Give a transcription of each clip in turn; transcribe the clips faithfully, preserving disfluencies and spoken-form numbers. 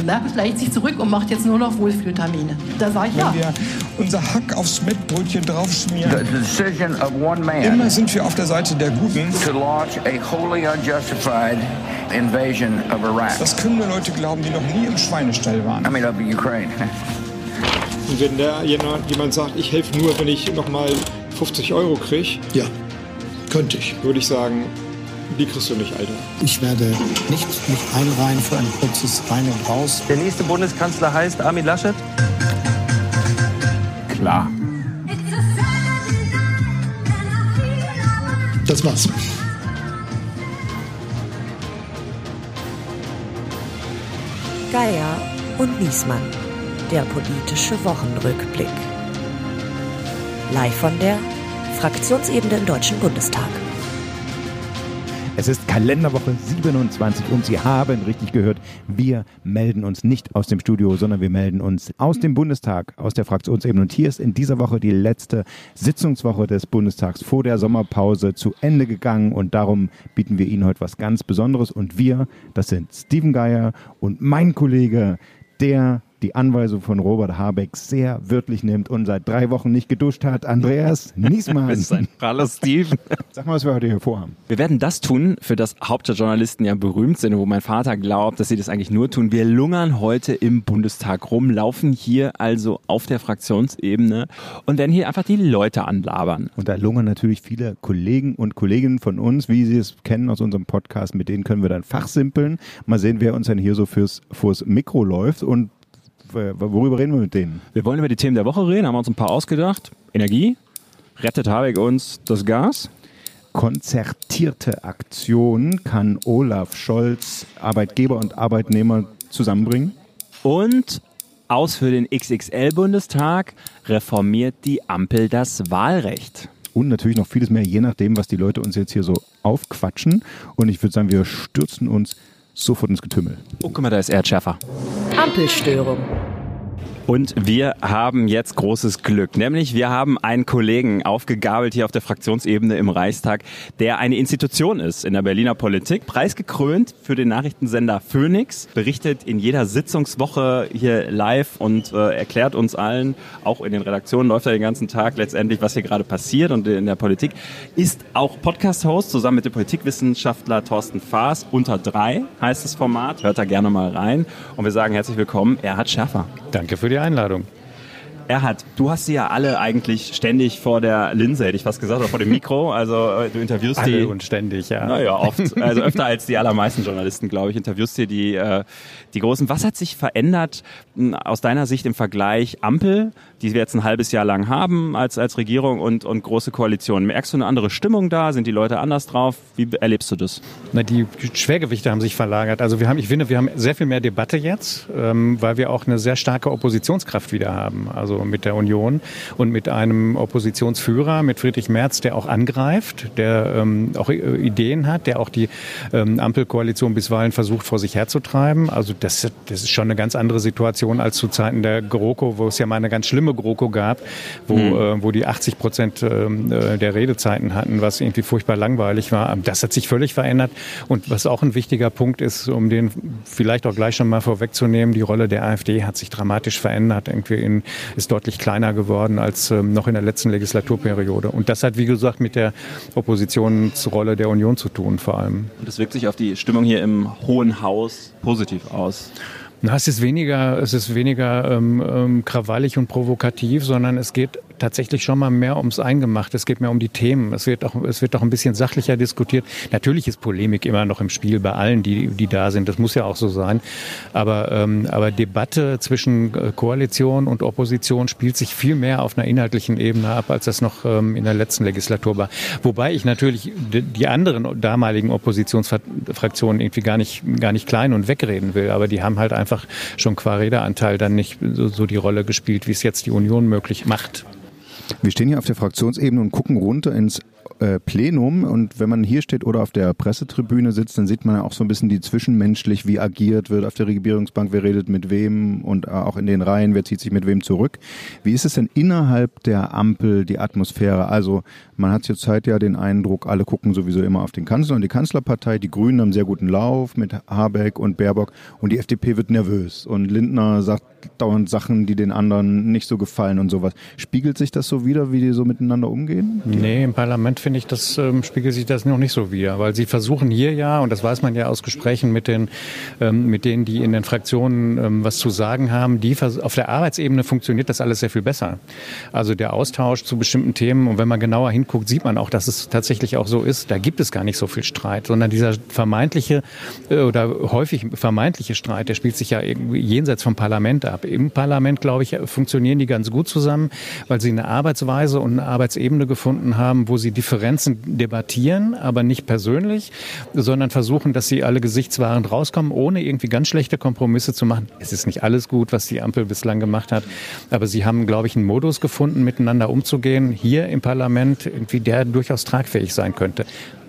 Merkel schleicht sich zurück und macht jetzt nur noch Wohlfühltermine. Da sage ich ja. Wenn wir unser Hack aufs Mettbrötchen draufschmieren, immer sind wir auf der Seite der Guten. To launch a wholly unjustified invasion of Iraq. Das können nur Leute glauben, die noch nie im Schweinestall waren. I mean, of Ukraine. Und wenn da jemand sagt, ich helfe nur, wenn ich nochmal fünfzig Euro kriege, ja, könnte ich. Würde ich sagen, die kriegst du nicht, Alter. Ich werde nicht mich einreihen für ein kurzes Rein und Raus. Der nächste Bundeskanzler heißt Armin Laschet? Klar. Das war's. Geier und Niesmann. Der politische Wochenrückblick. Live von der Fraktionsebene im Deutschen Bundestag. Es ist Kalenderwoche siebenundzwanzig und Sie haben richtig gehört, wir melden uns nicht aus dem Studio, sondern wir melden uns aus dem Bundestag, aus der Fraktionsebene. Und hier ist in dieser Woche die letzte Sitzungswoche des Bundestags vor der Sommerpause zu Ende gegangen und darum bieten wir Ihnen heute was ganz Besonderes. Und wir, das sind Steven Geier und mein Kollege, der die Anweisung von Robert Habeck sehr wörtlich nimmt und seit drei Wochen nicht geduscht hat, Andreas Niesmann. Das ist ein praller Steven. Sag mal, was wir heute hier vorhaben. Wir werden das tun, für das Hauptstadtjournalisten ja berühmt sind, wo mein Vater glaubt, dass sie das eigentlich nur tun. Wir lungern heute im Bundestag rum, laufen hier also auf der Fraktionsebene und werden hier einfach die Leute anlabern. Und da lungern natürlich viele Kollegen und Kolleginnen von uns, wie Sie es kennen aus unserem Podcast, mit denen können wir dann fachsimpeln. Mal sehen, wer uns dann hier so fürs, fürs Mikro läuft und worüber reden wir mit denen? Wir wollen über die Themen der Woche reden, haben wir uns ein paar ausgedacht. Energie, rettet Habeck uns das Gas? Konzertierte Aktion kann Olaf Scholz Arbeitgeber und Arbeitnehmer zusammenbringen? Und aus für den X X L-Bundestag reformiert die Ampel das Wahlrecht. Und natürlich noch vieles mehr, je nachdem, was die Leute uns jetzt hier so aufquatschen. Und ich würde sagen, wir stürzen uns sofort ins Getümmel. Oh, guck mal, da ist Erdschärfer. Ampelstörung. Und wir haben jetzt großes Glück, nämlich wir haben einen Kollegen aufgegabelt hier auf der Fraktionsebene im Reichstag, der eine Institution ist in der Berliner Politik, preisgekrönt für den Nachrichtensender Phoenix, berichtet in jeder Sitzungswoche hier live und äh, erklärt uns allen, auch in den Redaktionen läuft er den ganzen Tag letztendlich, was hier gerade passiert und in der Politik, ist auch Podcast-Host zusammen mit dem Politikwissenschaftler Thorsten Faas. Unter drei heißt das Format, hört da gerne mal rein und wir sagen herzlich willkommen, Erhard Schärfer. Danke für die Einladung. Erhard, du hast sie ja alle eigentlich ständig vor der Linse, hätte ich fast gesagt, oder vor dem Mikro. Also du interviewst alle die... und ständig, ja. Naja, oft. Also öfter als die allermeisten Journalisten, glaube ich, interviewst dir die, äh, die Großen. Was hat sich verändert mh, aus deiner Sicht im Vergleich Ampel, die wir jetzt ein halbes Jahr lang haben als, als Regierung und, und Große Koalition? Merkst du eine andere Stimmung da? Sind die Leute anders drauf? Wie erlebst du das? Na, die Schwergewichte haben sich verlagert. Also wir haben, ich finde, wir haben sehr viel mehr Debatte jetzt, ähm, weil wir auch eine sehr starke Oppositionskraft wieder haben. Also mit der Union und mit einem Oppositionsführer, mit Friedrich Merz, der auch angreift, der ähm, auch Ideen hat, der auch die ähm, Ampelkoalition bisweilen versucht, vor sich herzutreiben. Also das, das ist schon eine ganz andere Situation als zu Zeiten der GroKo, wo es ja mal eine ganz schlimme GroKo gab, wo, mhm. äh, wo die achtzig Prozent äh, der Redezeiten hatten, was irgendwie furchtbar langweilig war. Das hat sich völlig verändert. Und was auch ein wichtiger Punkt ist, um den vielleicht auch gleich schon mal vorwegzunehmen, die Rolle der AfD hat sich dramatisch verändert. Irgendwie in, ist deutlich kleiner geworden als ähm, noch in der letzten Legislaturperiode. Und das hat, wie gesagt, mit der Oppositionsrolle der Union zu tun vor allem. Und das wirkt sich auf die Stimmung hier im Hohen Haus positiv aus. Na, es ist weniger, es ist weniger ähm, ähm, krawallig und provokativ, sondern es geht tatsächlich schon mal mehr ums Eingemachte. Es geht mehr um die Themen. Es wird auch, es wird auch ein bisschen sachlicher diskutiert. Natürlich ist Polemik immer noch im Spiel bei allen, die, die da sind. Das muss ja auch so sein. Aber, ähm, aber Debatte zwischen Koalition und Opposition spielt sich viel mehr auf einer inhaltlichen Ebene ab, als das noch ähm, in der letzten Legislatur war. Wobei ich natürlich die anderen damaligen Oppositionsfraktionen irgendwie gar nicht, gar nicht klein und wegreden will. Aber die haben halt einfach schon qua Redeanteil dann nicht so, so die Rolle gespielt, wie es jetzt die Union möglich macht. Wir stehen hier auf der Fraktionsebene und gucken runter ins äh, Plenum und wenn man hier steht oder auf der Pressetribüne sitzt, dann sieht man ja auch so ein bisschen die zwischenmenschlich, wie agiert wird auf der Regierungsbank, wer redet mit wem und äh, auch in den Reihen, wer zieht sich mit wem zurück. Wie ist es denn innerhalb der Ampel, die Atmosphäre? Also man hat zurzeit ja den Eindruck, alle gucken sowieso immer auf den Kanzler und die Kanzlerpartei, die Grünen haben einen sehr guten Lauf mit Habeck und Baerbock und die F D P wird nervös und Lindner sagt dauernd Sachen, die den anderen nicht so gefallen und sowas. Spiegelt sich das so wider, wie die so miteinander umgehen? Nee, im Parlament finde ich, das ähm, spiegelt sich das noch nicht so wider, weil sie versuchen hier ja, und das weiß man ja aus Gesprächen mit den, ähm, mit denen, die in den Fraktionen ähm, was zu sagen haben, die auf der Arbeitsebene funktioniert das alles sehr viel besser. Also der Austausch zu bestimmten Themen und wenn man genauer hinguckt, sieht man auch, dass es tatsächlich auch so ist, da gibt es gar nicht so viel Streit, sondern dieser vermeintliche äh, oder häufig vermeintliche Streit, der spielt sich ja irgendwie jenseits vom Parlament ab. Im Parlament, glaube ich, funktionieren die ganz gut zusammen, weil sie eine Arbeitsweise und eine Arbeitsebene gefunden haben, wo sie Differenzen debattieren, aber nicht persönlich, sondern versuchen, dass sie alle gesichtswahrend rauskommen, ohne irgendwie ganz schlechte Kompromisse zu machen. Es ist nicht alles gut, was die Ampel bislang gemacht hat, aber sie haben, glaube ich, einen Modus gefunden, miteinander umzugehen, hier im Parlament, irgendwie der durchaus tragfähig sein könnte.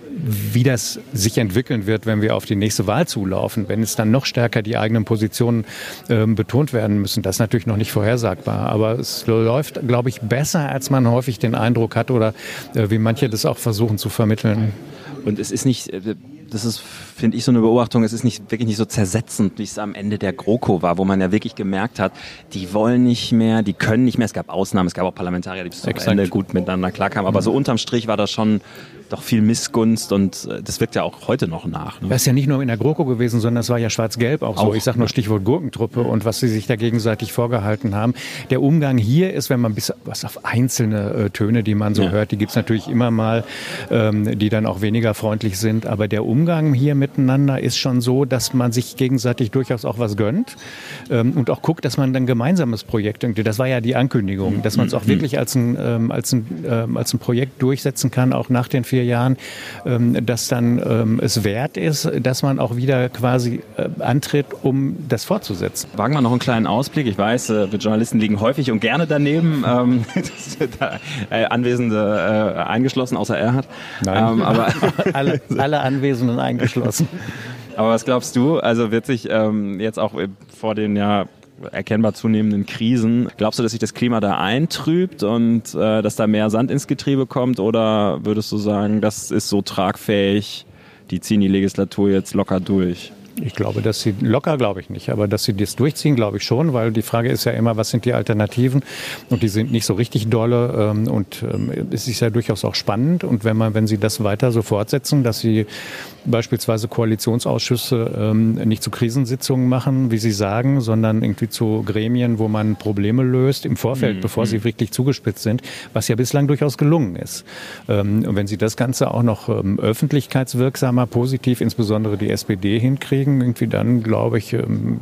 Wie das sich entwickeln wird, wenn wir auf die nächste Wahl zulaufen, wenn es dann noch stärker die eigenen Positionen äh, betont werden müssen, das ist natürlich noch nicht vorhersagbar. Aber es läuft, glaube ich, besser, als man häufig den Eindruck hat oder äh, wie manche das auch versuchen zu vermitteln. Und es ist nicht, das ist, finde ich, so eine Beobachtung, es ist nicht wirklich nicht so zersetzend, wie es am Ende der GroKo war, wo man ja wirklich gemerkt hat, die wollen nicht mehr, die können nicht mehr. Es gab Ausnahmen, es gab auch Parlamentarier, die bis zum Ende gut miteinander klarkamen. Aber so unterm Strich war das schon doch viel Missgunst und das wirkt ja auch heute noch nach. Ne? Das ist ja nicht nur in der GroKo gewesen, sondern es war ja schwarz-gelb auch, auch so. Ich sage nur Stichwort Gurkentruppe und was sie sich da gegenseitig vorgehalten haben. Der Umgang hier ist, wenn man bis was auf einzelne äh, Töne, die man so ja. hört, die gibt's natürlich immer mal, ähm, die dann auch weniger freundlich sind. Aber der Umgang hier miteinander ist schon so, dass man sich gegenseitig durchaus auch was gönnt ähm, und auch guckt, dass man dann ein gemeinsames Projekt irgendwie, das war ja die Ankündigung, dass man es auch wirklich als ein, ähm, als ein, ähm, als ein Projekt durchsetzen kann, auch nach den vier Jahren, ähm, dass dann ähm, es wert ist, dass man auch wieder quasi äh, antritt, um das fortzusetzen. Wagen wir noch einen kleinen Ausblick. Ich weiß, äh, wir Journalisten liegen häufig und gerne daneben, ähm, da, äh, Anwesende äh, eingeschlossen, außer Erhard. Nein, ähm, aber alle, alle Anwesenden eingeschlossen. Aber was glaubst du, also wird sich ähm, jetzt auch vor den ja erkennbar zunehmenden Krisen, glaubst du, dass sich das Klima da eintrübt und äh, dass da mehr Sand ins Getriebe kommt oder würdest du sagen, das ist so tragfähig, die ziehen die Legislatur jetzt locker durch? Ich glaube, dass sie, locker glaube ich nicht, aber dass sie das durchziehen, glaube ich schon, weil die Frage ist ja immer, was sind die Alternativen? Und die sind nicht so richtig dolle ähm, und ähm, es ist ja durchaus auch spannend. Und wenn man, wenn sie das weiter so fortsetzen, dass sie beispielsweise Koalitionsausschüsse ähm, nicht zu Krisensitzungen machen, wie sie sagen, sondern irgendwie zu Gremien, wo man Probleme löst im Vorfeld, mhm. bevor sie wirklich zugespitzt sind, was ja bislang durchaus gelungen ist. Ähm, und wenn sie das Ganze auch noch ähm, öffentlichkeitswirksamer, positiv, insbesondere die S P D hinkriegen, irgendwie dann glaube ich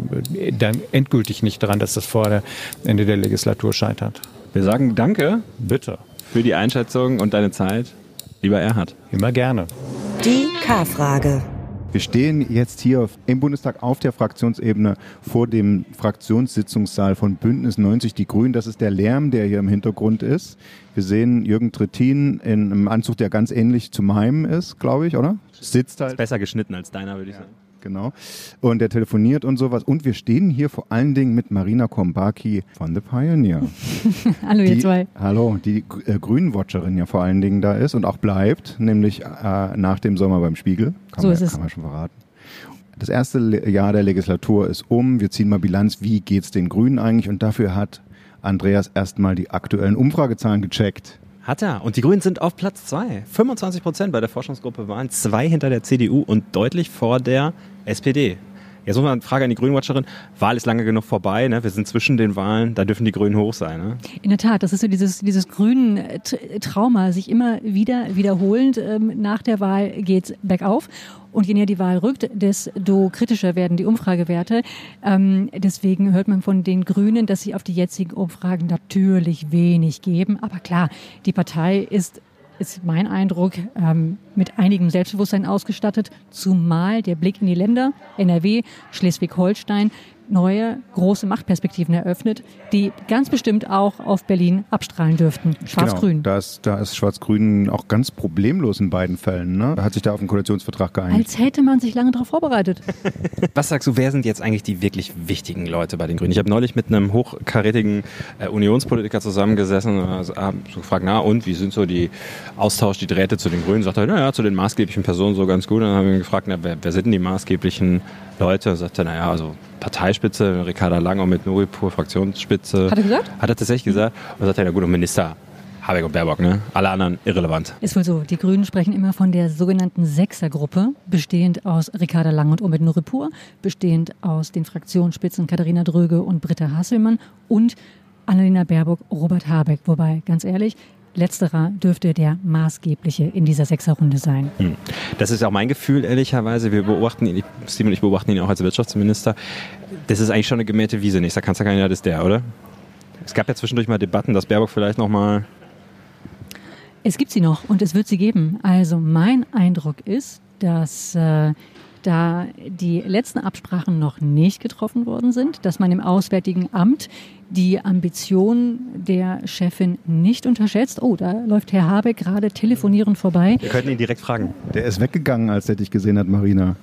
dann endgültig nicht daran, dass das vor Ende der Legislatur scheitert. Wir sagen Danke. Bitte. Für die Einschätzung und deine Zeit, lieber Erhard. Immer gerne. Die K-Frage. Wir stehen jetzt hier im Bundestag auf der Fraktionsebene vor dem Fraktionssitzungssaal von Bündnis neunzig Die Grünen. Das ist der Lärm, der hier im Hintergrund ist. Wir sehen Jürgen Trittin in einem Anzug, der ganz ähnlich zu meinem ist, glaube ich, oder? Sitzt halt. Ist besser geschnitten als deiner, würde ich sagen. Genau. Und der telefoniert und sowas. Und wir stehen hier vor allen Dingen mit Marina Kombaki von The Pioneer. Hallo ihr die, zwei. Hallo, die äh, Grünen-Watcherin ja vor allen Dingen da ist und auch bleibt, nämlich äh, nach dem Sommer beim Spiegel. Kann so man, ist es. Kann man schon verraten. Das erste Le- Jahr der Legislatur ist um. Wir ziehen mal Bilanz, wie geht's den Grünen eigentlich? Und dafür hat Andreas erstmal die aktuellen Umfragezahlen gecheckt. Hat er. Und die Grünen sind auf Platz zwei. fünfundzwanzig Prozent bei der Forschungsgruppe waren zwei hinter der C D U und deutlich vor der S P D. Jetzt muss man eine Frage an die Grünwatcherin. Wahl ist lange genug vorbei, ne? Wir sind zwischen den Wahlen, da dürfen die Grünen hoch sein. Ne? In der Tat, das ist so dieses, dieses grünen Trauma, sich immer wieder wiederholend. Ähm, nach der Wahl geht's bergauf. Und je näher die Wahl rückt, desto kritischer werden die Umfragewerte. Ähm, deswegen hört man von den Grünen, dass sie auf die jetzigen Umfragen natürlich wenig geben. Aber klar, die Partei ist, ist mein Eindruck, ähm, mit einigem Selbstbewusstsein ausgestattet. Zumal der Blick in die Länder, N R W, Schleswig-Holstein, neue große Machtperspektiven eröffnet, die ganz bestimmt auch auf Berlin abstrahlen dürften. Schwarz-Grün. Genau, da ist, da ist Schwarz-Grün auch ganz problemlos in beiden Fällen. Ne? Hat sich da auf einen Koalitionsvertrag geeinigt. Als hätte man sich lange darauf vorbereitet. Was sagst du, wer sind jetzt eigentlich die wirklich wichtigen Leute bei den Grünen? Ich habe neulich mit einem hochkarätigen äh, Unionspolitiker zusammengesessen und also, habe so gefragt, na und, wie sind so die Austausch, die Drähte zu den Grünen? Sagt er, naja, zu den maßgeblichen Personen so ganz gut. Und dann habe ich ihn gefragt, na, wer, wer sind denn die maßgeblichen Leute? Und sagte, naja, also Parteispitze, Ricarda Lang und mit Nuripur, Fraktionsspitze. Hat er gesagt? Hat er tatsächlich gesagt. Und sagte, na gut, und Minister Habeck und Baerbock, ne? Alle anderen irrelevant. Ist wohl so. Die Grünen sprechen immer von der sogenannten Sechsergruppe, bestehend aus Ricarda Lang und Omid Nuripur, bestehend aus den Fraktionsspitzen Katharina Dröge und Britta Hasselmann und Annalena Baerbock, Robert Habeck. Wobei, ganz ehrlich, letzterer dürfte der maßgebliche in dieser Sechserrunde sein. Hm. Das ist auch mein Gefühl, ehrlicherweise. Wir beobachten ihn, Steven und ich beobachten ihn auch als Wirtschaftsminister. Das ist eigentlich schon eine gemähte Wiese. Nächster Kanzlerkandidat ist der, oder? Es gab ja zwischendurch mal Debatten, dass Baerbock vielleicht noch mal... Es gibt sie noch und es wird sie geben. Also mein Eindruck ist, dass äh, da die letzten Absprachen noch nicht getroffen worden sind, dass man im Auswärtigen Amt die Ambition der Chefin nicht unterschätzt. Oh, da läuft Herr Habeck gerade telefonierend vorbei. Wir könnten ihn direkt fragen. Der ist weggegangen, als er dich gesehen hat, Marina.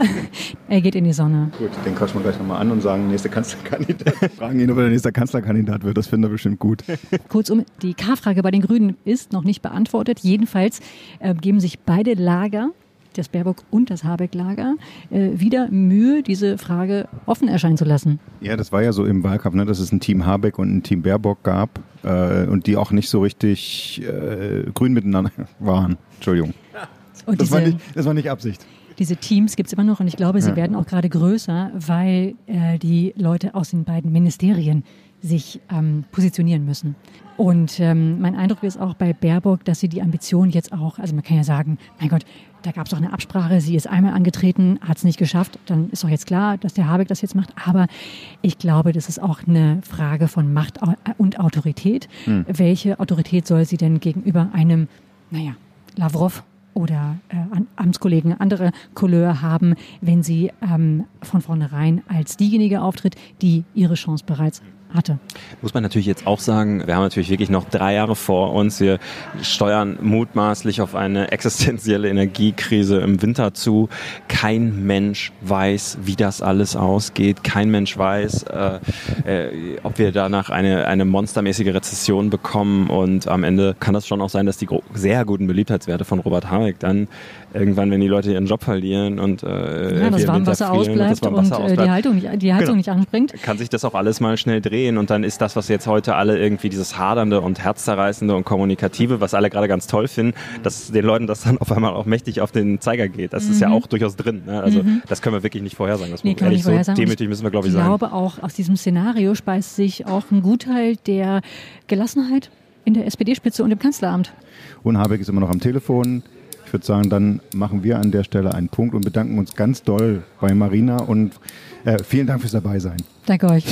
Er geht in die Sonne. Gut, den quatschen wir gleich nochmal an und sagen, nächster Kanzlerkandidat. Fragen ihn, ob er der nächste Kanzlerkandidat wird. Das findet er bestimmt gut. Kurzum, die K-Frage bei den Grünen ist noch nicht beantwortet. Jedenfalls äh, geben sich beide Lager, das Baerbock und das Habeck-Lager, äh, wieder Mühe, diese Frage offen erscheinen zu lassen. Ja, das war ja so im Wahlkampf, ne, dass es ein Team Habeck und ein Team Baerbock gab äh, und die auch nicht so richtig äh, grün miteinander waren. Entschuldigung. Und das, diese, war nicht, das war nicht Absicht. Diese Teams gibt es immer noch und ich glaube, sie ja. werden auch gerade größer, weil äh, die Leute aus den beiden Ministerien sich ähm, positionieren müssen. Und ähm, mein Eindruck ist auch bei Baerbock, dass sie die Ambition jetzt auch, also man kann ja sagen, mein Gott, da gab es doch eine Absprache, sie ist einmal angetreten, hat es nicht geschafft, dann ist doch jetzt klar, dass der Habeck das jetzt macht. Aber ich glaube, das ist auch eine Frage von Macht und Autorität. Hm. Welche Autorität soll sie denn gegenüber einem, naja, Lavrov oder äh, Amtskollegen andere Couleur haben, wenn sie ähm, von vornherein als diejenige auftritt, die ihre Chance bereits hatte. Muss man natürlich jetzt auch sagen, wir haben natürlich wirklich noch drei Jahre vor uns. Wir steuern mutmaßlich auf eine existenzielle Energiekrise im Winter zu. Kein Mensch weiß, wie das alles ausgeht. Kein Mensch weiß, äh, äh, ob wir danach eine, eine monstermäßige Rezession bekommen. Und am Ende kann das schon auch sein, dass die gro- sehr guten Beliebtheitswerte von Robert Habeck dann irgendwann, wenn die Leute ihren Job verlieren und äh, ja, das Warmwasser ausbleibt und, und äh, die Heizung nicht, die Heizung genau. nicht anspringt. Kann sich das auch alles mal schnell drehen und dann ist das, was jetzt heute alle irgendwie dieses hadernde und herzzerreißende und kommunikative, was alle gerade ganz toll finden, dass den Leuten das dann auf einmal auch mächtig auf den Zeiger geht. Das mhm. ist ja auch durchaus drin. Ne? Also mhm. das können wir wirklich nicht vorhersagen. Das nee, kann ehrlich, nicht so demütig müssen wir, glaube ich, sein. Ich glaube auch, aus diesem Szenario speist sich auch ein Gutteil der Gelassenheit in der S P D-Spitze und im Kanzleramt. Und Habeck ist immer noch am Telefon. Ich würde sagen, dann machen wir an der Stelle einen Punkt und bedanken uns ganz doll bei Marina und äh, vielen Dank fürs Dabeisein. Danke euch.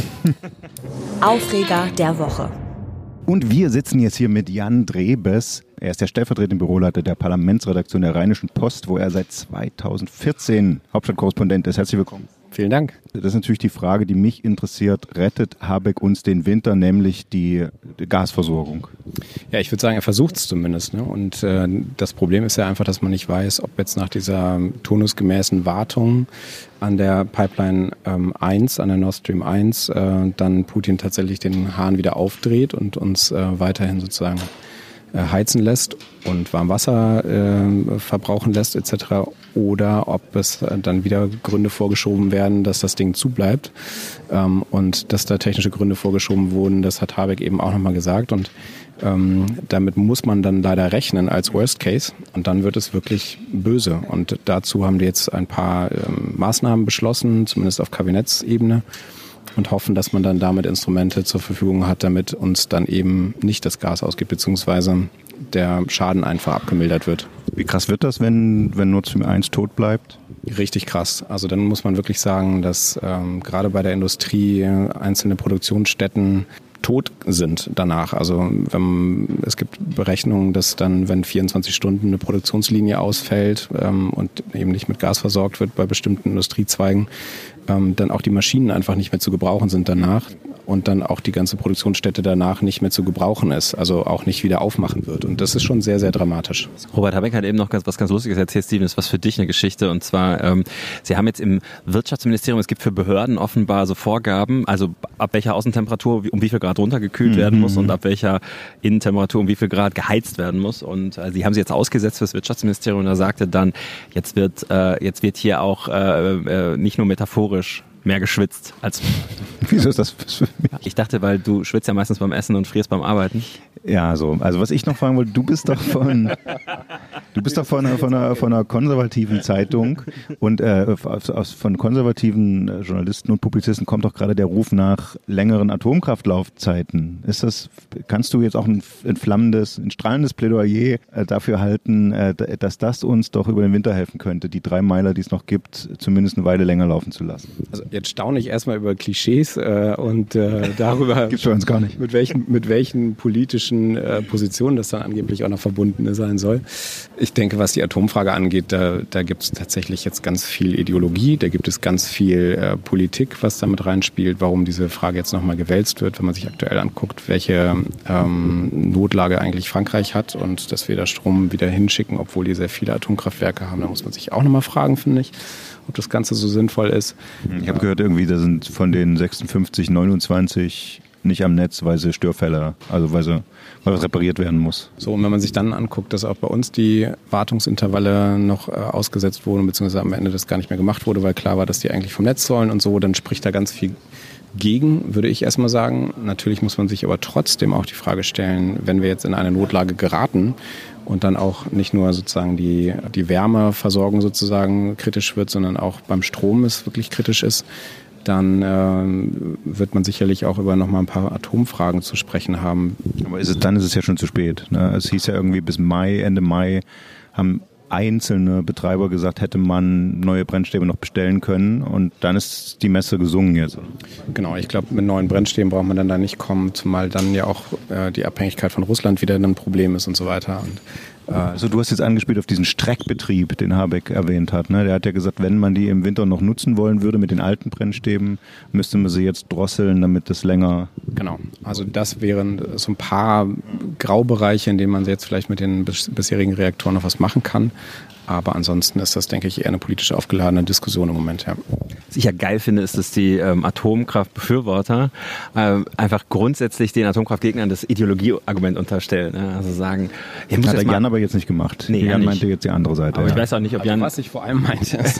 Aufreger der Woche. Und wir sitzen jetzt hier mit Jan Drebes. Er ist der stellvertretende Büroleiter der Parlamentsredaktion der Rheinischen Post, wo er seit zweitausendvierzehn Hauptstadtkorrespondent ist. Herzlich willkommen. Vielen Dank. Das ist natürlich die Frage, die mich interessiert. Rettet Habeck uns den Winter, nämlich die, die Gasversorgung? Ja, ich würde sagen, er versucht es zumindest. Ne? Und äh, das Problem ist ja einfach, dass man nicht weiß, ob jetzt nach dieser turnusgemäßen Wartung an der Pipeline ähm, eins, an der Nord Stream eins, äh, dann Putin tatsächlich den Hahn wieder aufdreht und uns äh, weiterhin sozusagen heizen lässt und Warmwasser äh, verbrauchen lässt et cetera. Oder ob es dann wieder Gründe vorgeschoben werden, dass das Ding zubleibt. Ähm, und dass da technische Gründe vorgeschoben wurden, das hat Habeck eben auch nochmal gesagt. Und ähm, damit muss man dann leider rechnen als Worst Case. Und dann wird es wirklich böse. Und dazu haben die jetzt ein paar ähm, Maßnahmen beschlossen, zumindest auf Kabinettsebene. Und hoffen, dass man dann damit Instrumente zur Verfügung hat, damit uns dann eben nicht das Gas ausgeht, beziehungsweise der Schaden einfach abgemildert wird. Wie krass wird das, wenn, wenn Nord Stream eins tot bleibt? Richtig krass. Also dann muss man wirklich sagen, dass ähm, gerade bei der Industrie einzelne Produktionsstätten tot sind danach. Also wenn, es gibt Berechnungen, dass dann, wenn vierundzwanzig Stunden eine Produktionslinie ausfällt ähm, und eben nicht mit Gas versorgt wird bei bestimmten Industriezweigen, ähm, dann auch die Maschinen einfach nicht mehr zu gebrauchen sind danach und dann auch die ganze Produktionsstätte danach nicht mehr zu gebrauchen ist, also auch nicht wieder aufmachen wird. Und das ist schon sehr, sehr dramatisch. Robert Habeck hat eben noch ganz, was ganz Lustiges erzählt, Steven, ist was für dich eine Geschichte. Und zwar, ähm, Sie haben jetzt im Wirtschaftsministerium, es gibt für Behörden offenbar so Vorgaben, also ab welcher Außentemperatur um wie viel Grad runtergekühlt mhm. werden muss und ab welcher Innentemperatur um wie viel Grad geheizt werden muss. Und äh, Sie haben sie jetzt ausgesetzt für das Wirtschaftsministerium und er sagte dann, jetzt wird, äh, jetzt wird hier auch äh, äh, nicht nur metaphorisch mehr geschwitzt als... Wieso ist das für mich? Ich dachte, weil du schwitzt ja meistens beim Essen und frierst beim Arbeiten. Ja, so. Also was ich noch fragen wollte, du bist doch von, du bist doch von, von, einer, von einer konservativen Zeitung und äh, aus, aus, von konservativen Journalisten und Publizisten kommt doch gerade der Ruf nach längeren Atomkraftlaufzeiten. Ist das, kannst du jetzt auch ein, ein flammendes, ein strahlendes Plädoyer äh, dafür halten, äh, dass das uns doch über den Winter helfen könnte, die drei Meiler, die es noch gibt, zumindest eine Weile länger laufen zu lassen? Also jetzt staune ich erstmal über Klischees äh, und äh, darüber, gibt's bei uns gar nicht. Mit welchen, mit welchen politischen äh, Positionen das dann angeblich auch noch verbunden sein soll. Ich denke, was die Atomfrage angeht, da, da gibt es tatsächlich jetzt ganz viel Ideologie, da gibt es ganz viel äh, Politik, was damit reinspielt, warum diese Frage jetzt nochmal gewälzt wird, wenn man sich aktuell anguckt, welche ähm, Notlage eigentlich Frankreich hat und dass wir da Strom wieder hinschicken, obwohl die sehr viele Atomkraftwerke haben. Da muss man sich auch nochmal fragen, finde ich, ob das Ganze so sinnvoll ist. Ich habe gehört, irgendwie, da sind von den sechsundfünfzig, neunundzwanzig nicht am Netz, weil sie Störfälle, also weil, sie, weil was repariert werden muss. So, und wenn man sich dann anguckt, dass auch bei uns die Wartungsintervalle noch äh, ausgesetzt wurden, beziehungsweise am Ende das gar nicht mehr gemacht wurde, weil klar war, dass die eigentlich vom Netz sollen und so, dann spricht da ganz viel gegen, würde ich erstmal sagen. Natürlich muss man sich aber trotzdem auch die Frage stellen, wenn wir jetzt in eine Notlage geraten und dann auch nicht nur sozusagen die, die Wärmeversorgung sozusagen kritisch wird, sondern auch beim Strom es wirklich kritisch ist, dann äh, wird man sicherlich auch über nochmal ein paar Atomfragen zu sprechen haben. Aber ist es, dann ist es ja schon zu spät. Ne? Es hieß ja irgendwie bis Mai, Ende Mai haben einzelne Betreiber gesagt, hätte man neue Brennstäbe noch bestellen können und dann ist die Messe gesungen jetzt. Genau, ich glaube, mit neuen Brennstäben braucht man dann da nicht kommen, zumal dann ja auch äh, die Abhängigkeit von Russland wieder ein Problem ist und so weiter. Und Also du hast jetzt angespielt auf diesen Streckbetrieb, den Habeck erwähnt hat. Ne? Der hat ja gesagt, wenn man die im Winter noch nutzen wollen würde mit den alten Brennstäben, müsste man sie jetzt drosseln, damit das länger... Genau, also das wären so ein paar Graubereiche, in denen man jetzt vielleicht mit den bisherigen Reaktoren noch was machen kann. Aber ansonsten ist das, denke ich, eher eine politisch aufgeladene Diskussion im Moment. Ja. Was ich ja geil finde, ist, dass die ähm, Atomkraftbefürworter äh, einfach grundsätzlich den Atomkraftgegnern das Ideologieargument unterstellen. Ne? Also sagen, ja, muss hat der Jan aber jetzt nicht gemacht. Nee, Jan meinte jetzt die andere Seite. Aber ja. ich weiß auch nicht, ob also Jan... Was ich vor allem meinte, ist,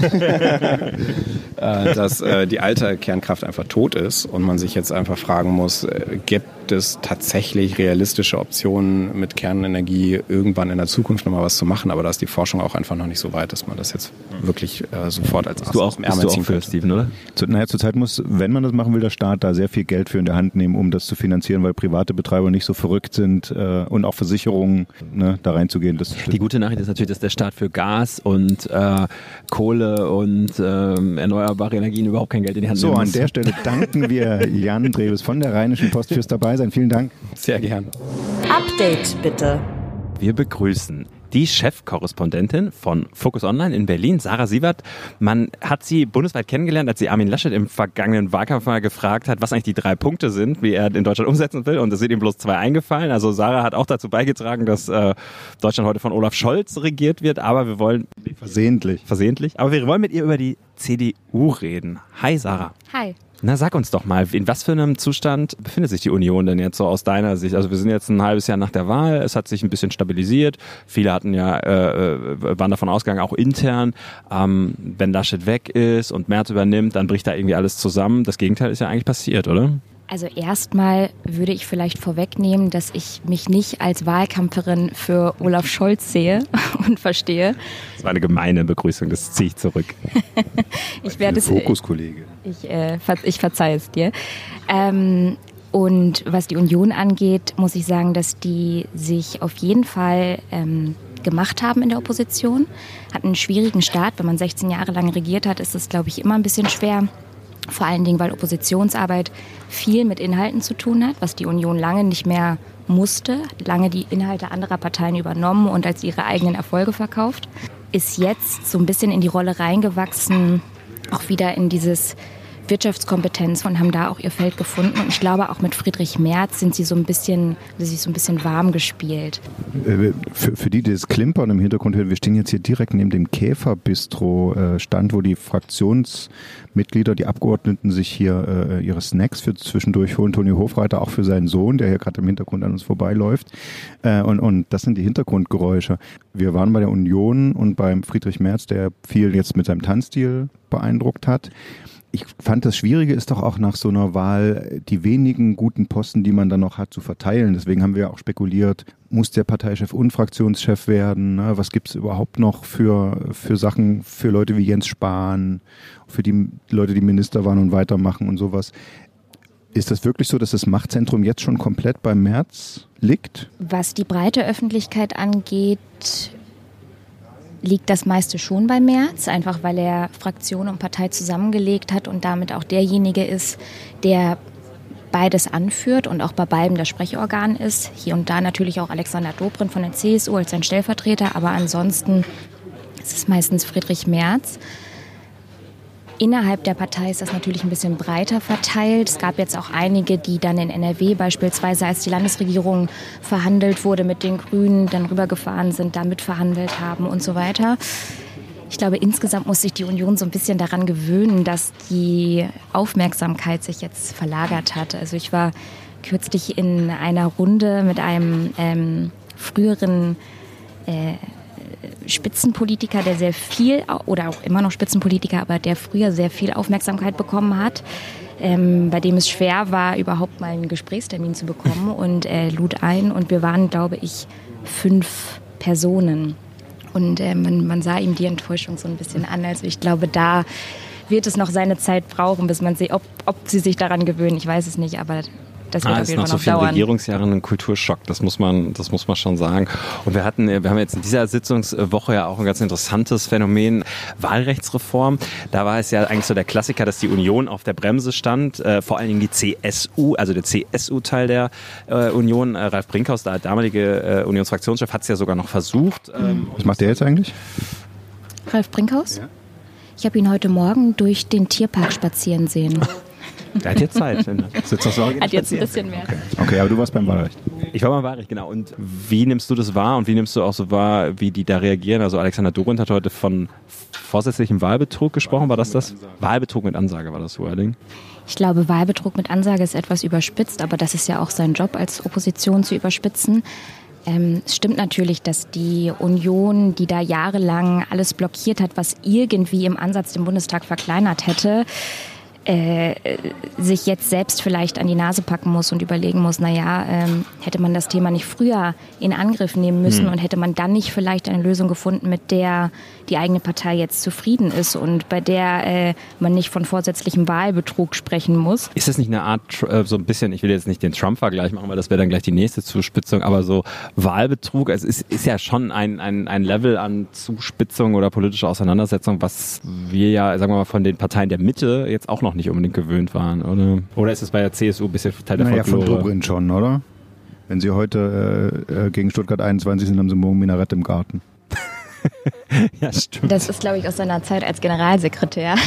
äh, dass äh, die alte Kernkraft einfach tot ist und man sich jetzt einfach fragen muss, äh, gibt es tatsächlich realistische Optionen, mit Kernenergie irgendwann in der Zukunft nochmal was zu machen? Aber da ist die Forschung auch einfach noch nicht so weit, dass man das jetzt wirklich äh, sofort als du auch, bist du auch für, Steven, oder? Zu, naja, zurzeit muss, wenn man das machen will, der Staat da sehr viel Geld für in der Hand nehmen, um das zu finanzieren, weil private Betreiber nicht so verrückt sind äh, und auch Versicherungen, ne, da reinzugehen. Das die gute Nachricht ist natürlich, dass der Staat für Gas und äh, Kohle und äh, erneuerbare Energien überhaupt kein Geld in die Hand so, nehmen muss. So, an der Stelle danken wir Jan Dreves von der Rheinischen Post fürs Dabeisein. Vielen Dank. Sehr gern. Update bitte. Wir begrüßen die Chefkorrespondentin von Focus Online in Berlin, Sarah Sievert. Man hat sie bundesweit kennengelernt, als sie Armin Laschet im vergangenen Wahlkampf mal gefragt hat, was eigentlich die drei Punkte sind, wie er in Deutschland umsetzen will. Und es sind ihm bloß zwei eingefallen. Also Sarah hat auch dazu beigetragen, dass äh, Deutschland heute von Olaf Scholz regiert wird. Aber wir wollen... Versehentlich. Versehentlich. Aber wir wollen mit ihr über die C D U reden. Hi Sarah. Hi. Na, sag uns doch mal, in was für einem Zustand befindet sich die Union denn jetzt so aus deiner Sicht? Also wir sind jetzt ein halbes Jahr nach der Wahl, es hat sich ein bisschen stabilisiert. Viele hatten ja, äh, waren davon ausgegangen, auch intern, ähm, wenn Laschet weg ist und Merz übernimmt, dann bricht da irgendwie alles zusammen. Das Gegenteil ist ja eigentlich passiert, oder? Also erstmal würde ich vielleicht vorwegnehmen, dass ich mich nicht als Wahlkämpferin für Olaf Scholz sehe und verstehe. Das war eine gemeine Begrüßung, das ziehe ich zurück. ich werde es. Fokuskollege. Ich, äh, ich verzeihe es dir. Ähm, und was die Union angeht, muss ich sagen, dass die sich auf jeden Fall ähm, gemacht haben in der Opposition. Hat einen schwierigen Start. Wenn man sechzehn Jahre lang regiert hat, ist es, glaube ich, immer ein bisschen schwer, Vor allen Dingen, weil Oppositionsarbeit viel mit Inhalten zu tun hat, was die Union lange nicht mehr musste, lange die Inhalte anderer Parteien übernommen und als ihre eigenen Erfolge verkauft, ist jetzt so ein bisschen in die Rolle reingewachsen, auch wieder in dieses Wirtschaftskompetenz und haben da auch ihr Feld gefunden. Und ich glaube, auch mit Friedrich Merz sind sie so ein bisschen, sich so ein bisschen warm gespielt. Für, für die, die das Klimpern im Hintergrund hören, wir stehen jetzt hier direkt neben dem Käferbistro-Stand, wo die Fraktionsmitglieder, die Abgeordneten sich hier äh, ihre Snacks für zwischendurch holen. Toni Hofreiter auch für seinen Sohn, der hier gerade im Hintergrund an uns vorbeiläuft. Äh, und, und das sind die Hintergrundgeräusche. Wir waren bei der Union und beim Friedrich Merz, der viel jetzt mit seinem Tanzstil beeindruckt hat. Ich fand, das Schwierige ist doch auch nach so einer Wahl, die wenigen guten Posten, die man dann noch hat, zu verteilen. Deswegen haben wir auch spekuliert, muss der Parteichef und Fraktionschef werden? Ne? Was gibt es überhaupt noch für, für Sachen für Leute wie Jens Spahn, für die Leute, die Minister waren und weitermachen und sowas? Ist das wirklich so, dass das Machtzentrum jetzt schon komplett beim Merz liegt? Was die breite Öffentlichkeit angeht, liegt das meiste schon bei Merz, einfach weil er Fraktion und Partei zusammengelegt hat und damit auch derjenige ist, der beides anführt und auch bei beidem das Sprechorgan ist. Hier und da natürlich auch Alexander Dobrindt von der C S U als sein Stellvertreter, aber ansonsten ist es meistens Friedrich Merz. Innerhalb der Partei ist das natürlich ein bisschen breiter verteilt. Es gab jetzt auch einige, die dann in N R W beispielsweise, als die Landesregierung verhandelt wurde mit den Grünen, dann rübergefahren sind, da mitverhandelt haben und so weiter. Ich glaube, insgesamt muss sich die Union so ein bisschen daran gewöhnen, dass die Aufmerksamkeit sich jetzt verlagert hat. Also ich war kürzlich in einer Runde mit einem ähm, früheren äh, Spitzenpolitiker, der sehr viel, oder auch immer noch Spitzenpolitiker, aber der früher sehr viel Aufmerksamkeit bekommen hat, ähm, bei dem es schwer war, überhaupt mal einen Gesprächstermin zu bekommen, und er lud ein und wir waren, glaube ich, fünf Personen und äh, man, man sah ihm die Enttäuschung so ein bisschen an. Also ich glaube, da wird es noch seine Zeit brauchen, bis man sie, ob, ob sie sich daran gewöhnen, ich weiß es nicht, aber das wird ah, auf jeden Fall noch dauern. Nach so vielen Regierungsjahren ein Kulturschock, das muss man, das muss man schon sagen. Und wir hatten, wir haben jetzt in dieser Sitzungswoche ja auch ein ganz interessantes Phänomen, Wahlrechtsreform. Da war es ja eigentlich so der Klassiker, dass die Union auf der Bremse stand, äh, vor allen Dingen die C S U, also der C S U-Teil der äh, Union. Äh, Ralf Brinkhaus, der damalige äh, Unionsfraktionschef, hat es ja sogar noch versucht. Ähm, Was macht der jetzt eigentlich? Ralf Brinkhaus? Ja. Ich habe ihn heute Morgen durch den Tierpark spazieren sehen. Der hat jetzt Zeit. Hat jetzt ein bisschen mehr. Okay. okay, aber du warst beim Wahlrecht. Ich war beim Wahlrecht, genau. Und wie nimmst du das wahr und wie nimmst du auch so wahr, wie die da reagieren? Also Alexander Dobrindt hat heute von vorsätzlichem Wahlbetrug gesprochen. War das das? Wahlbetrug mit Ansage war das Wording. Ich glaube, Wahlbetrug mit Ansage ist etwas überspitzt, aber das ist ja auch sein Job als Opposition zu überspitzen. Ähm, es stimmt natürlich, dass die Union, die da jahrelang alles blockiert hat, was irgendwie im Ansatz den Bundestag verkleinert hätte, Äh, sich jetzt selbst vielleicht an die Nase packen muss und überlegen muss, naja, ähm, hätte man das Thema nicht früher in Angriff nehmen müssen, hm. und hätte man dann nicht vielleicht eine Lösung gefunden, mit der die eigene Partei jetzt zufrieden ist und bei der äh, man nicht von vorsätzlichem Wahlbetrug sprechen muss. Ist das nicht eine Art, äh, so ein bisschen, ich will jetzt nicht den Trump-Vergleich machen, weil das wäre dann gleich die nächste Zuspitzung, aber so Wahlbetrug, es ist, ist ja schon ein, ein, ein Level an Zuspitzung oder politischer Auseinandersetzung, was wir ja, sagen wir mal, von den Parteien der Mitte jetzt auch noch nicht unbedingt gewöhnt waren, oder? Oder ist es bei der C S U ein bisschen Teil der naja, Folklore? Von Dobrindt schon, oder? Wenn sie heute äh, gegen Stuttgart einundzwanzig sind, haben sie morgen Minarett im Garten. Ja, stimmt. Das ist, glaube ich, aus seiner Zeit als Generalsekretär.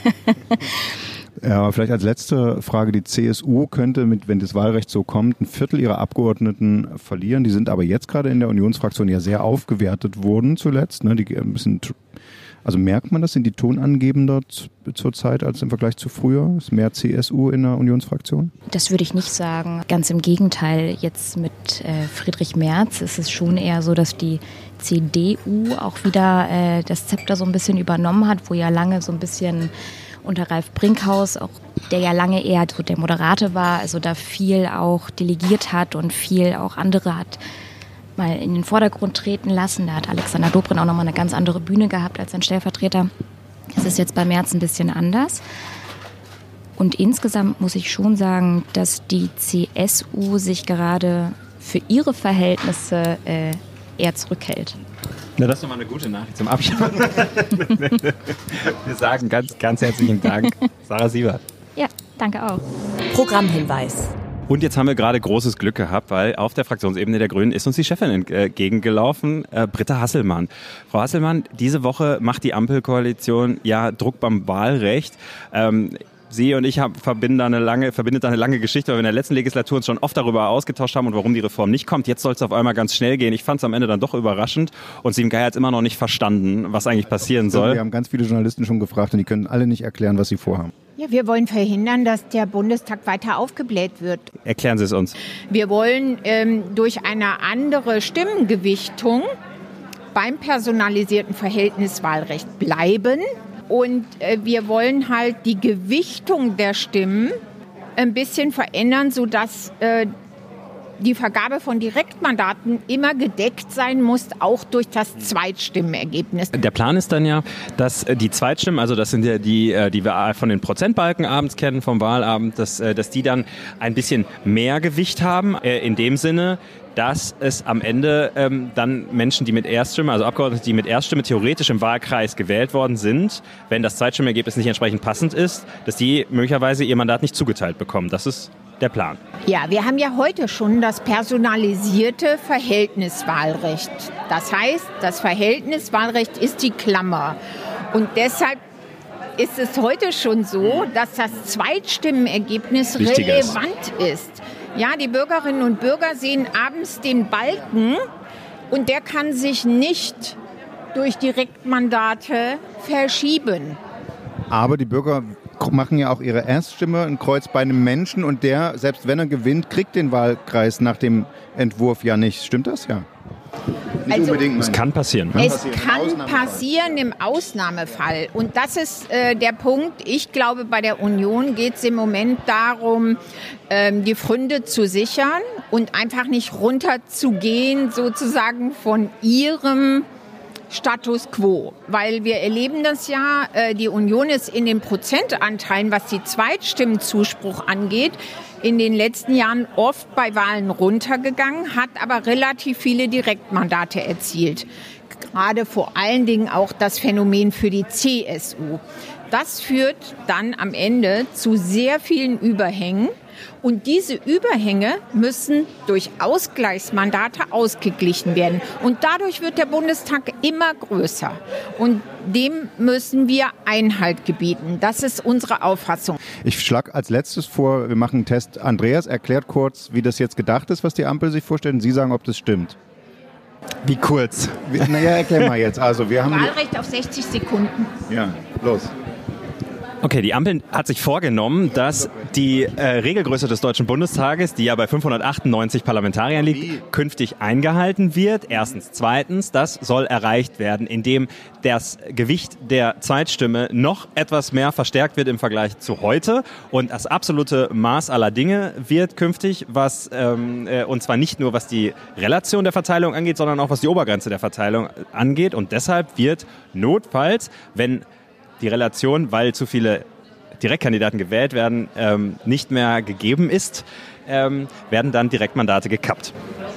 Ja, aber vielleicht als letzte Frage, die C S U könnte, mit, wenn das Wahlrecht so kommt, ein Viertel ihrer Abgeordneten verlieren. Die sind aber jetzt gerade in der Unionsfraktion ja sehr aufgewertet worden zuletzt. Ne? Die ein bisschen, also merkt man das, sind die tonangebender zur Zeit als im Vergleich zu früher? Ist mehr C S U in der Unionsfraktion? Das würde ich nicht sagen. Ganz im Gegenteil, jetzt mit äh, Friedrich Merz ist es schon eher so, dass die C D U auch wieder äh, das Zepter so ein bisschen übernommen hat, wo ja lange so ein bisschen unter Ralf Brinkhaus, auch der ja lange eher so der Moderator war, also da viel auch delegiert hat und viel auch andere hat mal in den Vordergrund treten lassen. Da hat Alexander Dobrindt auch nochmal eine ganz andere Bühne gehabt als sein Stellvertreter. Das ist jetzt bei Merz ein bisschen anders. Und insgesamt muss ich schon sagen, dass die C S U sich gerade für ihre Verhältnisse äh, eher zurückhält. Na, das ist doch mal eine gute Nachricht zum Abschluss. Wir sagen ganz, ganz herzlichen Dank, Sarah Siebert. Danke auch. Programmhinweis. Und jetzt haben wir gerade großes Glück gehabt, weil auf der Fraktionsebene der Grünen ist uns die Chefin entgegengelaufen, äh, Britta Hasselmann. Frau Hasselmann, diese Woche macht die Ampelkoalition ja Druck beim Wahlrecht. Ähm, Sie und ich haben, verbinden da eine lange, verbindet da eine lange Geschichte, weil wir in der letzten Legislatur uns schon oft darüber ausgetauscht haben und warum die Reform nicht kommt. Jetzt soll es auf einmal ganz schnell gehen. Ich fand es am Ende dann doch überraschend und Steven Geier hat es immer noch nicht verstanden, was eigentlich passieren soll. Wir haben ganz viele Journalisten schon gefragt und die können alle nicht erklären, was sie vorhaben. Ja, wir wollen verhindern, dass der Bundestag weiter aufgebläht wird. Erklären Sie es uns. Wir wollen ähm, durch eine andere Stimmengewichtung beim personalisierten Verhältniswahlrecht bleiben. Und äh, wir wollen halt die Gewichtung der Stimmen ein bisschen verändern, sodass äh, die Vergabe von Direktmandaten immer gedeckt sein muss, auch durch das Zweitstimmenergebnis. Der Plan ist dann ja, dass die Zweitstimmen, also das sind ja die, die wir von den Prozentbalken abends kennen, vom Wahlabend, dass, dass die dann ein bisschen mehr Gewicht haben, in dem Sinne, dass es am Ende ähm, dann Menschen, die mit Erststimme, also Abgeordnete, die mit Erststimme theoretisch im Wahlkreis gewählt worden sind, wenn das Zweitstimmenergebnis nicht entsprechend passend ist, dass die möglicherweise ihr Mandat nicht zugeteilt bekommen. Das ist der Plan. Ja, wir haben ja heute schon das personalisierte Verhältniswahlrecht. Das heißt, das Verhältniswahlrecht ist die Klammer. Und deshalb ist es heute schon so, dass das Zweitstimmenergebnis relevant ist. Ja, die Bürgerinnen und Bürger sehen abends den Balken und der kann sich nicht durch Direktmandate verschieben. Aber die Bürger machen ja auch ihre Erststimme, ein Kreuz bei einem Menschen und der, selbst wenn er gewinnt, kriegt den Wahlkreis nach dem Entwurf ja nicht. Stimmt das? Ja. Nicht also, unbedingt. Es kann passieren. Ne? Es kann passieren im Ausnahmefall. Und das ist äh, der Punkt. Ich glaube, bei der Union geht es im Moment darum, ähm, die Pfründe zu sichern und einfach nicht runterzugehen, sozusagen von ihrem Status quo. Weil wir erleben das ja, äh, die Union ist in den Prozentanteilen, was die Zweitstimmenzuspruch angeht, in den letzten Jahren oft bei Wahlen runtergegangen, hat aber relativ viele Direktmandate erzielt. Gerade vor allen Dingen auch das Phänomen für die C S U. Das führt dann am Ende zu sehr vielen Überhängen. Und diese Überhänge müssen durch Ausgleichsmandate ausgeglichen werden. Und dadurch wird der Bundestag immer größer. Und dem müssen wir Einhalt gebieten. Das ist unsere Auffassung. Ich schlage als letztes vor, wir machen einen Test. Andreas erklärt kurz, wie das jetzt gedacht ist, was die Ampel sich vorstellt. Und Sie sagen, ob das stimmt. Wie kurz? Naja, erklär mal jetzt. Also, wir haben Wahlrecht auf sechzig Sekunden. Ja, los. Okay, die Ampel hat sich vorgenommen, dass die äh, Regelgröße des Deutschen Bundestages, die ja bei fünfhundertachtundneunzig Parlamentariern liegt, künftig eingehalten wird. Erstens. Zweitens, das soll erreicht werden, indem das Gewicht der Zweitstimme noch etwas mehr verstärkt wird im Vergleich zu heute. Und das absolute Maß aller Dinge wird künftig, was ähm, äh, und zwar nicht nur was die Relation der Verteilung angeht, sondern auch was die Obergrenze der Verteilung angeht. Und deshalb wird notfalls, wenn die Relation, weil zu viele Direktkandidaten gewählt werden, ähm, nicht mehr gegeben ist, ähm, werden dann Direktmandate gekappt.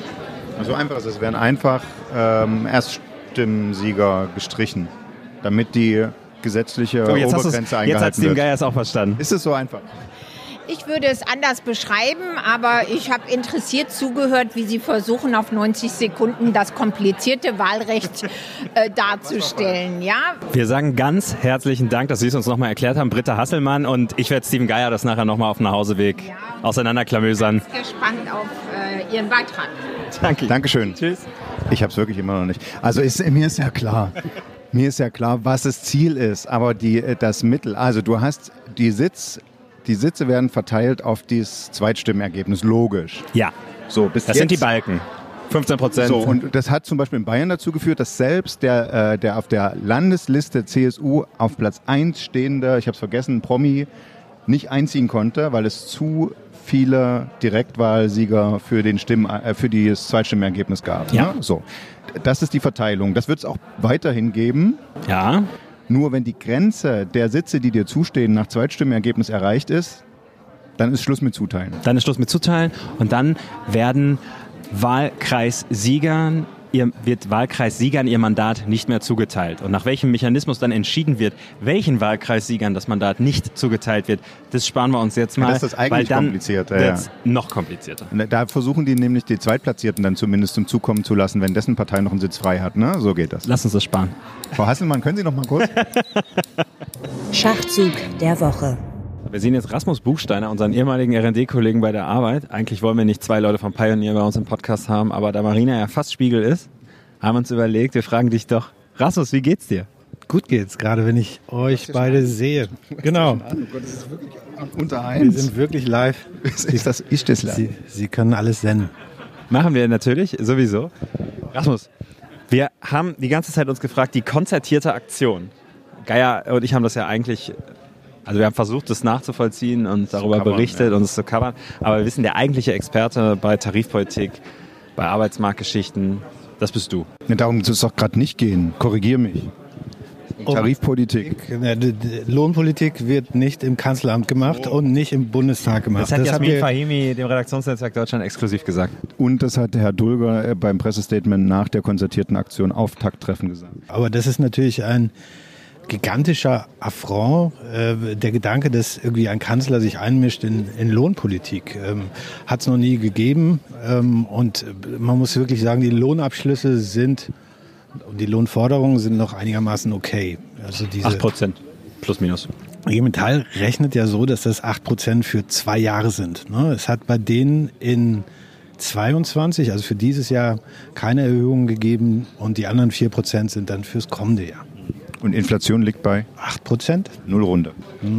So einfach ist es. Es werden einfach ähm, Erststimmensieger gestrichen, damit die gesetzliche so, jetzt Obergrenze jetzt eingehalten hat wird. Steven Geier es auch verstanden. Ist es so einfach? Ich würde es anders beschreiben, aber ich habe interessiert zugehört, wie Sie versuchen, auf neunzig Sekunden das komplizierte Wahlrecht äh, darzustellen. Ja? Wir sagen ganz herzlichen Dank, dass Sie es uns nochmal erklärt haben, Britta Hasselmann. Und ich werde Steven Geier das nachher nochmal auf dem Nachhauseweg ja, auseinanderklamösern. Ich bin gespannt auf äh, Ihren Beitrag. Danke. Dankeschön. Tschüss. Ich habe es wirklich immer noch nicht. Also ist, mir ist ja klar, mir ist ja klar, was das Ziel ist, aber die, das Mittel. Also du hast die Sitz... Die Sitze werden verteilt auf das Zweitstimmenergebnis, logisch. Ja, so, bis das jetzt, sind die Balken, fünfzehn Prozent. So, und das hat zum Beispiel in Bayern dazu geführt, dass selbst der, äh, der auf der Landesliste C S U auf Platz eins stehende, ich habe es vergessen, Promi, nicht einziehen konnte, weil es zu viele Direktwahlsieger für, den Stimm, äh, für das Zweitstimmenergebnis gab. Ja. Ne? So, das ist die Verteilung. Das wird es auch weiterhin geben. Ja. Nur wenn die Grenze der Sitze, die dir zustehen, nach Zweitstimmenergebnis erreicht ist, dann ist Schluss mit Zuteilen. Dann ist Schluss mit Zuteilen und dann werden Wahlkreissiegern ihr, wird Wahlkreissiegern ihr Mandat nicht mehr zugeteilt. Und nach welchem Mechanismus dann entschieden wird, welchen Wahlkreissiegern das Mandat nicht zugeteilt wird, das sparen wir uns jetzt mal. Das ist eigentlich weil dann kompliziert. wird's Ja. noch komplizierter. Da versuchen die nämlich die Zweitplatzierten dann zumindest zum Zug kommen zu lassen, wenn dessen Partei noch einen Sitz frei hat. Ne? So geht das. Lass uns das sparen. Frau Hasselmann, können Sie noch mal kurz? Schachzug der Woche. Wir sehen jetzt Rasmus Buchsteiner, unseren ehemaligen R und D-Kollegen bei der Arbeit. Eigentlich wollen wir nicht zwei Leute vom Pioneer bei uns im Podcast haben, aber da Marina ja fast Spiegel ist, haben wir uns überlegt, wir fragen dich doch, Rasmus, wie geht's dir? Gut geht's, gerade wenn ich euch beide sehe. Genau. Oh Gott, das ist wirklich unter eins. Wir sind wirklich live. Ist das, ist das live? Sie, Sie können alles senden. Machen wir natürlich, sowieso. Rasmus, wir haben die ganze Zeit uns gefragt, die konzertierte Aktion. Geier und ich haben das ja eigentlich... Also wir haben versucht, das nachzuvollziehen und darüber covern, berichtet ja. und es zu covern. Aber wir wissen, der eigentliche Experte bei Tarifpolitik, bei Arbeitsmarktgeschichten, das bist du. Ja, darum soll es doch gerade nicht gehen. Korrigier mich. Oh. Tarifpolitik. Lohnpolitik wird nicht im Kanzleramt gemacht oh. und nicht im Bundestag gemacht. Das hat das Jasmin Fahimi dem Redaktionsnetzwerk Deutschland exklusiv gesagt. Und das hat Herr Dulger beim Pressestatement nach der konzertierten Aktion Auftakttreffen gesagt. Aber das ist natürlich ein gigantischer Affront, äh, der Gedanke, dass irgendwie ein Kanzler sich einmischt in, in Lohnpolitik. Ähm, hat es noch nie gegeben. Ähm, und man muss wirklich sagen, die Lohnabschlüsse sind, die Lohnforderungen sind noch einigermaßen okay. Also diese acht Prozent plus minus. I G Metall rechnet ja so, dass das acht Prozent für zwei Jahre sind. Ne? Es hat bei denen in zweiundzwanzig, also für dieses Jahr, keine Erhöhungen gegeben und die anderen vier Prozent sind dann fürs kommende Jahr. Und Inflation liegt bei? acht Prozent. Null Runde.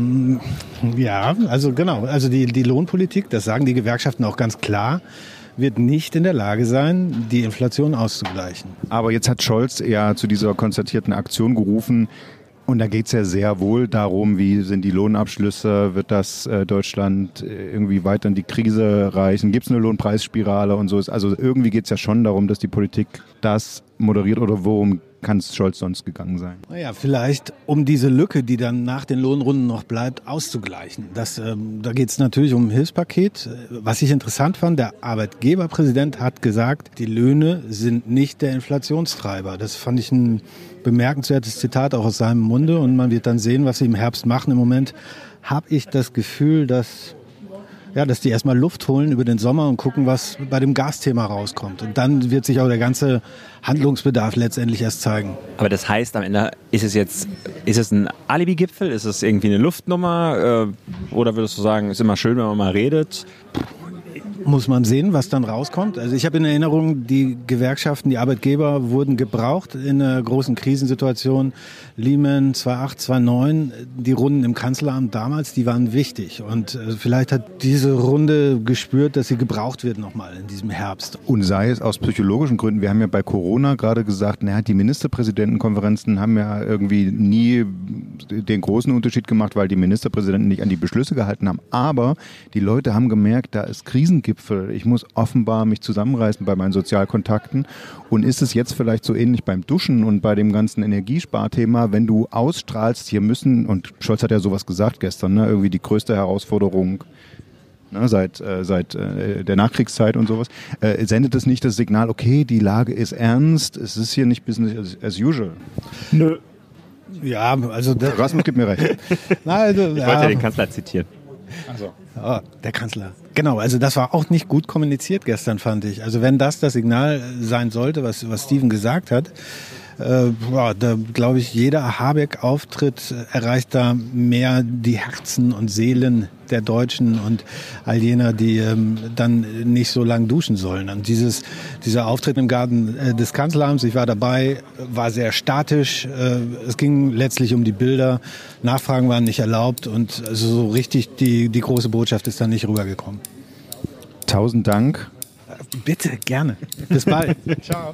Ja, also genau. Also die, die Lohnpolitik, das sagen die Gewerkschaften auch ganz klar, wird nicht in der Lage sein, die Inflation auszugleichen. Aber jetzt hat Scholz ja zu dieser konzertierten Aktion gerufen. Und da geht es ja sehr wohl darum, wie sind die Lohnabschlüsse, wird das äh, Deutschland irgendwie weiter in die Krise reichen, gibt es eine Lohnpreisspirale und so. Also irgendwie geht es ja schon darum, dass die Politik das moderiert oder worum kann es Scholz sonst gegangen sein? Naja, vielleicht um diese Lücke, die dann nach den Lohnrunden noch bleibt, auszugleichen. Das, ähm, da geht es natürlich um ein Hilfspaket. Was ich interessant fand, der Arbeitgeberpräsident hat gesagt, die Löhne sind nicht der Inflationstreiber. Das fand ich ein bemerkenswertes Zitat auch aus seinem Munde und man wird dann sehen, was sie im Herbst machen. Im Moment habe ich das Gefühl, dass... Ja, dass die erstmal Luft holen über den Sommer und gucken, was bei dem Gasthema rauskommt. Und dann wird sich auch der ganze Handlungsbedarf letztendlich erst zeigen. Aber das heißt, am Ende ist es jetzt, ist es ein Alibi-Gipfel? Ist es irgendwie eine Luftnummer? Äh, oder würdest du sagen, ist immer schön, wenn man mal redet? Muss man sehen, was dann rauskommt. Also ich habe in Erinnerung, die Gewerkschaften, die Arbeitgeber wurden gebraucht in einer großen Krisensituation. Lehman zweitausendacht, zweitausendneun, die Runden im Kanzleramt damals, die waren wichtig. Und vielleicht hat diese Runde gespürt, dass sie gebraucht wird nochmal in diesem Herbst. Und sei es aus psychologischen Gründen. Wir haben ja bei Corona gerade gesagt, naja, die Ministerpräsidentenkonferenzen haben ja irgendwie nie den großen Unterschied gemacht, weil die Ministerpräsidenten nicht an die Beschlüsse gehalten haben. Aber die Leute haben gemerkt, da ist Krisengipfel. Ich muss offenbar mich zusammenreißen bei meinen Sozialkontakten. Und ist es jetzt vielleicht so ähnlich beim Duschen und bei dem ganzen Energiesparthema, wenn du ausstrahlst, hier müssen, und Scholz hat ja sowas gesagt gestern, ne, irgendwie die größte Herausforderung ne, seit, äh, seit äh, der Nachkriegszeit und sowas, äh, sendet es nicht das Signal, okay, die Lage ist ernst, es ist hier nicht Business as, as usual? Nö. Ja, also... Rasmus gibt mir recht. Na, also, ich ja. wollte den Kanzler zitieren. Also. Oh, der Kanzler. Genau, also das war auch nicht gut kommuniziert gestern, fand ich. Also wenn das das Signal sein sollte, was, was Steven gesagt hat, äh, ja, da glaube ich, jeder Habeck-Auftritt erreicht da mehr die Herzen und Seelen der Deutschen und all jener, die ähm, dann nicht so lang duschen sollen. Und dieses, dieser Auftritt im Garten äh, des Kanzleramts, ich war dabei, war sehr statisch. Äh, es ging letztlich um die Bilder. Nachfragen waren nicht erlaubt und also so richtig die, die große Botschaft ist dann nicht rübergekommen. Tausend Dank. Bitte, gerne. Bis bald. Ciao.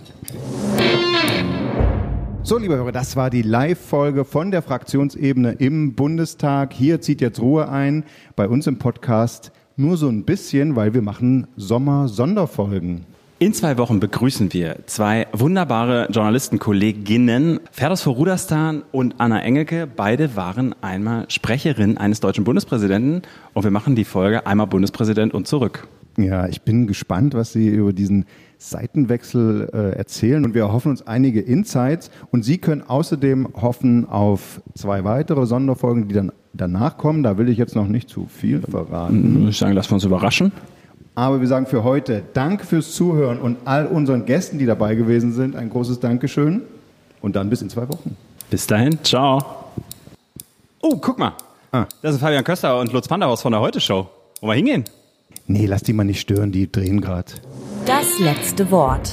So, liebe Hörer, das war die Live-Folge von der Fraktionsebene im Bundestag. Hier zieht jetzt Ruhe ein. Bei uns im Podcast nur so ein bisschen, weil wir machen Sommer-Sonderfolgen. In zwei Wochen begrüßen wir zwei wunderbare Journalistenkolleginnen, Ferdos Forudastan und Anna Engelke. Beide waren einmal Sprecherin eines deutschen Bundespräsidenten und wir machen die Folge einmal Bundespräsident und zurück. Ja, ich bin gespannt, was Sie über diesen Seitenwechsel äh, erzählen und wir hoffen uns einige Insights und Sie können außerdem hoffen auf zwei weitere Sonderfolgen, die dann danach kommen. Da will ich jetzt noch nicht zu viel verraten. Würde ich sagen, lassen wir uns überraschen. Aber wir sagen für heute Danke fürs Zuhören und all unseren Gästen, die dabei gewesen sind, ein großes Dankeschön und dann bis in zwei Wochen. Bis dahin, ciao. Oh, guck mal. Ah. Das sind Fabian Köster und Lutz Panderhaus von der Heute-Show. Wollen wir hingehen? Nee, lass die mal nicht stören, die drehen gerade. Das letzte Wort.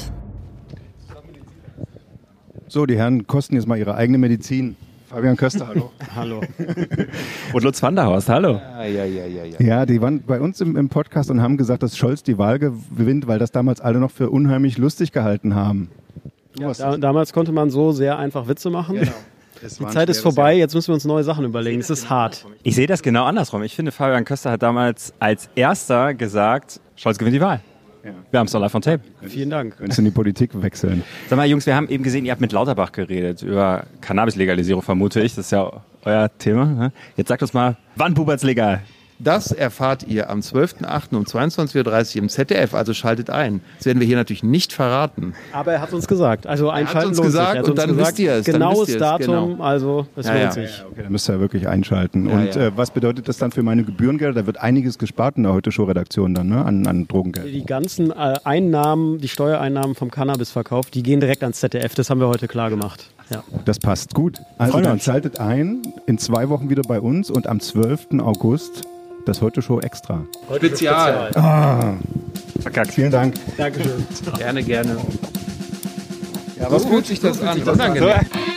So, die Herren kosten jetzt mal ihre eigene Medizin. Fabian Köster, hallo. Hallo. Und Lutz Panderhaus, hallo. Ja, ja, ja, ja, ja. Ja, die waren bei uns im, im Podcast und haben gesagt, dass Scholz die Wahl gewinnt, weil das damals alle noch für unheimlich lustig gehalten haben. Ja, da, damals konnte man so sehr einfach Witze machen. Genau. Die Zeit ist vorbei, jetzt müssen wir uns neue Sachen überlegen. Es ist hart. Ich sehe das genau andersrum. Ich finde, Fabian Köster hat damals als erster gesagt, Scholz gewinnt die Wahl. Ja. Wir haben es doch live on tape. Vielen Dank. Könntest du in die Politik wechseln? Sag mal, Jungs, wir haben eben gesehen, ihr habt mit Lauterbach geredet über Cannabis-Legalisierung, vermute ich. Das ist ja euer Thema. Ne? Jetzt sagt uns mal, wann pubert's legal? Das erfahrt ihr am zwölften achten um zweiundzwanzig Uhr dreißig im Z D F, also schaltet ein. Das werden wir hier natürlich nicht verraten. Aber er hat uns gesagt, also einschalten lohnt sich. Er hat uns gesagt und dann wisst ihr es. Genaues Datum, genau. Also es ja, lohnt ja. sich. Ja, okay, dann müsst ihr ja wirklich einschalten. Ja, und ja. Äh, was bedeutet das dann für meine Gebührengelder? Da wird einiges gespart in der Heute-Show-Redaktion dann, ne? an, an Drogengeld. Die ganzen äh, Einnahmen, die Steuereinnahmen vom Cannabisverkauf, die gehen direkt ans Z D F. Das haben wir heute klar gemacht. Ja. Das passt gut. Also dann schaltet ein, in zwei Wochen wieder bei uns und am zwölften August das Heute-Show Extra. Heute Spezial. Spezial. Ah. Verkackt. Vielen Dank. Dankeschön. Gerne, gerne. Ja, was fühlt sich das an? Das an?